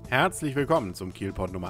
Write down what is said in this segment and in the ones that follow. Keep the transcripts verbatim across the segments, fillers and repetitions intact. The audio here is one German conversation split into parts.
Herzlich willkommen zum Kielpot Nummer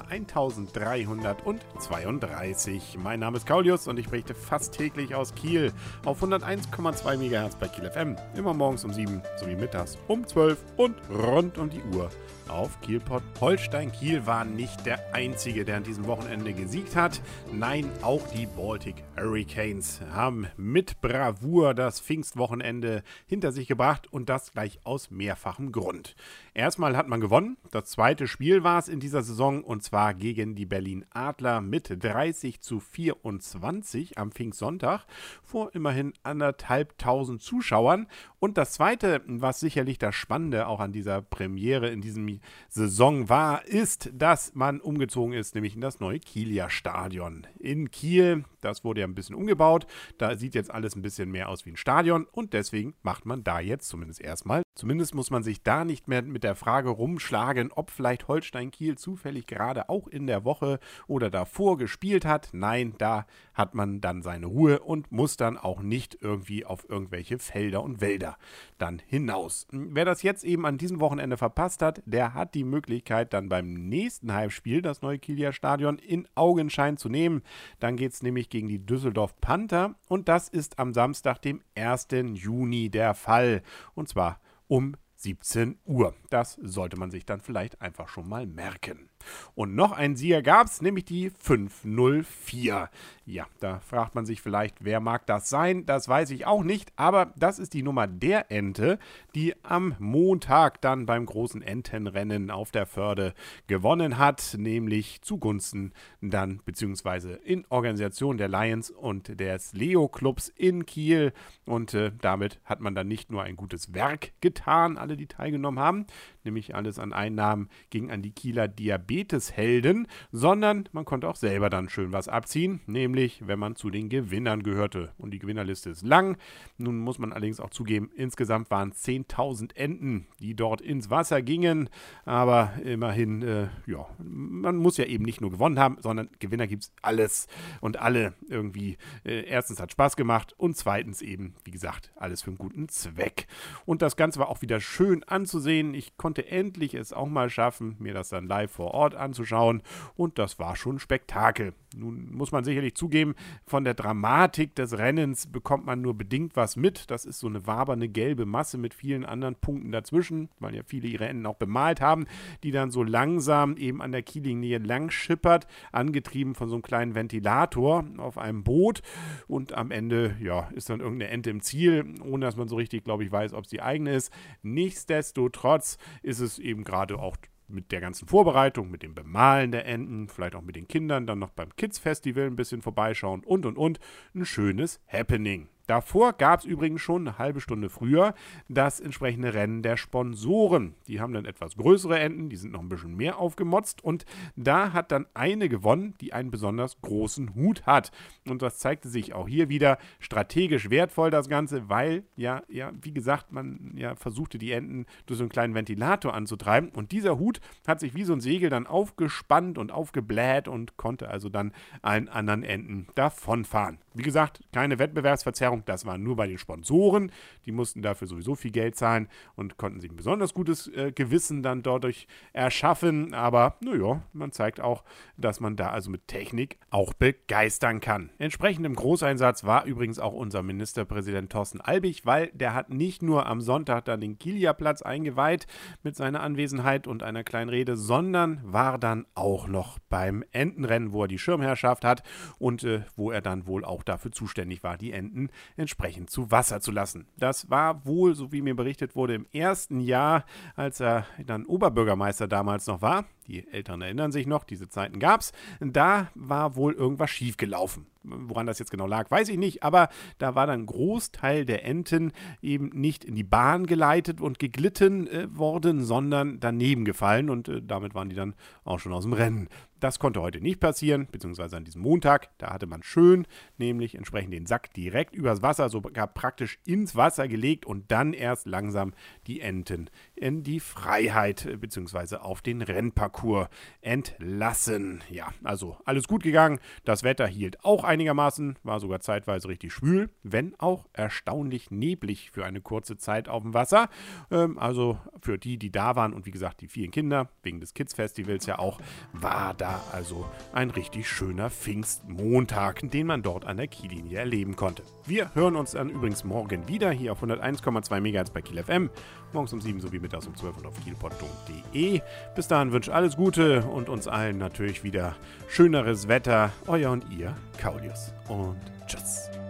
eintausenddreihundertzweiunddreißig. Mein Name ist Kaulius und ich berichte fast täglich aus Kiel auf hunderteins Komma zwei Megahertz bei Kiel F M. Immer morgens um sieben sowie mittags um zwölf und rund um die Uhr auf Kielpot. Holstein Kiel war nicht der einzige, der an diesem Wochenende gesiegt hat. Nein, auch die Baltic Hurricanes haben mit Bravour das Pfingstwochenende hinter sich gebracht und das gleich aus mehrfachem Grund. Erstmal hat man gewonnen. Das zweite Spiel war es in dieser Saison und zwar gegen die Berlin Adler mit dreißig zu vierundzwanzig am Pfingstsonntag vor immerhin anderthalbtausend Zuschauern. Und das zweite, was sicherlich das Spannende auch an dieser Premiere in diesem Saison war, ist, dass man umgezogen ist, nämlich in das neue Kieler Stadion in Kiel. Das wurde ja ein bisschen umgebaut. Da sieht jetzt alles ein bisschen mehr aus wie ein Stadion und deswegen macht man da jetzt zumindest erstmal. Zumindest muss man sich da nicht mehr mit der Frage rumschlagen, ob vielleicht Holstein Kiel zufällig gerade auch in der Woche oder davor gespielt hat. Nein, da hat man dann seine Ruhe und muss dann auch nicht irgendwie auf irgendwelche Felder und Wälder dann hinaus. Wer das jetzt eben an diesem Wochenende verpasst hat, der hat die Möglichkeit, dann beim nächsten Heimspiel das neue Kieler Stadion in Augenschein zu nehmen. Dann geht es nämlich gegen die Düsseldorf Panther und das ist am Samstag, dem ersten Juni der Fall. Und zwar um siebzehn Uhr. Das sollte man sich dann vielleicht einfach schon mal merken. Und noch einen Sieger gab es, nämlich die fünf null vier. Ja, da fragt man sich vielleicht, wer mag das sein? Das weiß ich auch nicht, aber das ist die Nummer der Ente, die am Montag dann beim großen Entenrennen auf der Förde gewonnen hat, nämlich zugunsten dann, beziehungsweise in Organisation der Lions und des Leo-Clubs in Kiel. Und äh, damit hat man dann nicht nur ein gutes Werk getan, alle, die teilgenommen haben, nämlich alles an Einnahmen ging an die Kieler Diabeteshelden, sondern man konnte auch selber dann schön was abziehen, nämlich wenn man zu den Gewinnern gehörte. Und die Gewinnerliste ist lang. Nun muss man allerdings auch zugeben, insgesamt waren es zehntausend Enten, die dort ins Wasser gingen. Aber immerhin, äh, ja, man muss ja eben nicht nur gewonnen haben, sondern Gewinner gibt es alles und alle irgendwie. Äh, erstens hat Spaß gemacht und zweitens eben, wie gesagt, alles für einen guten Zweck. Und das Ganze war auch wieder schön anzusehen. Ich konnte endlich es auch mal schaffen, mir das dann live vor Ort anzuschauen und das war schon ein Spektakel. Nun muss man sicherlich zugeben, von der Dramatik des Rennens bekommt man nur bedingt was mit. Das ist so eine wabernde gelbe Masse mit vielen anderen Punkten dazwischen, weil ja viele ihre Enden auch bemalt haben, die dann so langsam eben an der Kiellinie lang schippert, angetrieben von so einem kleinen Ventilator auf einem Boot und am Ende, ja, ist dann irgendeine Ente im Ziel, ohne dass man so richtig, glaube ich, weiß, ob es die eigene ist. Nichtsdestotrotz ist es eben gerade auch mit der ganzen Vorbereitung, mit dem Bemalen der Enten, vielleicht auch mit den Kindern, dann noch beim Kids-Festival ein bisschen vorbeischauen und und und, ein schönes Happening. Davor gab es übrigens schon eine halbe Stunde früher das entsprechende Rennen der Sponsoren. Die haben dann etwas größere Enten, die sind noch ein bisschen mehr aufgemotzt und da hat dann eine gewonnen, die einen besonders großen Hut hat. Und das zeigte sich auch hier wieder strategisch wertvoll, das Ganze, weil, ja, ja, wie gesagt, man ja versuchte, die Enten durch so einen kleinen Ventilator anzutreiben und dieser Hut hat sich wie so ein Segel dann aufgespannt und aufgebläht und konnte also dann allen anderen Enten davonfahren. Wie gesagt, keine Wettbewerbsverzerrung. Das war nur bei den Sponsoren. Die mussten dafür sowieso viel Geld zahlen und konnten sich ein besonders gutes äh, Gewissen dann dadurch erschaffen. Aber naja, man zeigt auch, dass man da also mit Technik auch begeistern kann. Entsprechend im Großeinsatz war übrigens auch unser Ministerpräsident Thorsten Albig, weil der hat nicht nur am Sonntag dann den Kieler Platz eingeweiht mit seiner Anwesenheit und einer kleinen Rede, sondern war dann auch noch beim Entenrennen, wo er die Schirmherrschaft hat und äh, wo er dann wohl auch dafür zuständig war, die Enten entsprechend zu Wasser zu lassen. Das war wohl, so wie mir berichtet wurde, im ersten Jahr, als er dann Oberbürgermeister damals noch war. Die Älteren erinnern sich noch, diese Zeiten gab es. Da war wohl irgendwas schiefgelaufen. Woran das jetzt genau lag, weiß ich nicht, aber da war dann ein Großteil der Enten eben nicht in die Bahn geleitet und geglitten äh, worden, sondern daneben gefallen und äh, damit waren die dann auch schon aus dem Rennen. Das konnte heute nicht passieren, beziehungsweise an diesem Montag. Da hatte man schön, nämlich entsprechend den Sack direkt übers Wasser, sogar praktisch ins Wasser gelegt und dann erst langsam die Enten in die Freiheit, beziehungsweise auf den Rennparcours Winterruhekur entlassen. Ja, also alles gut gegangen. Das Wetter hielt auch einigermaßen, war sogar zeitweise richtig schwül, wenn auch erstaunlich neblig für eine kurze Zeit auf dem Wasser. Ähm, also für die, die da waren und wie gesagt die vielen Kinder, wegen des Kids-Festivals ja auch, war da also ein richtig schöner Pfingstmontag, den man dort an der Kiellinie erleben konnte. Wir hören uns dann übrigens morgen wieder hier auf hunderteins Komma zwei Megahertz bei Kiel F M. Morgens um sieben sowie mittags um zwölf und auf kielpod punkt de. Bis dahin wünsche alles Gute und uns allen natürlich wieder schöneres Wetter. Euer und ihr, Kaulius. Und tschüss.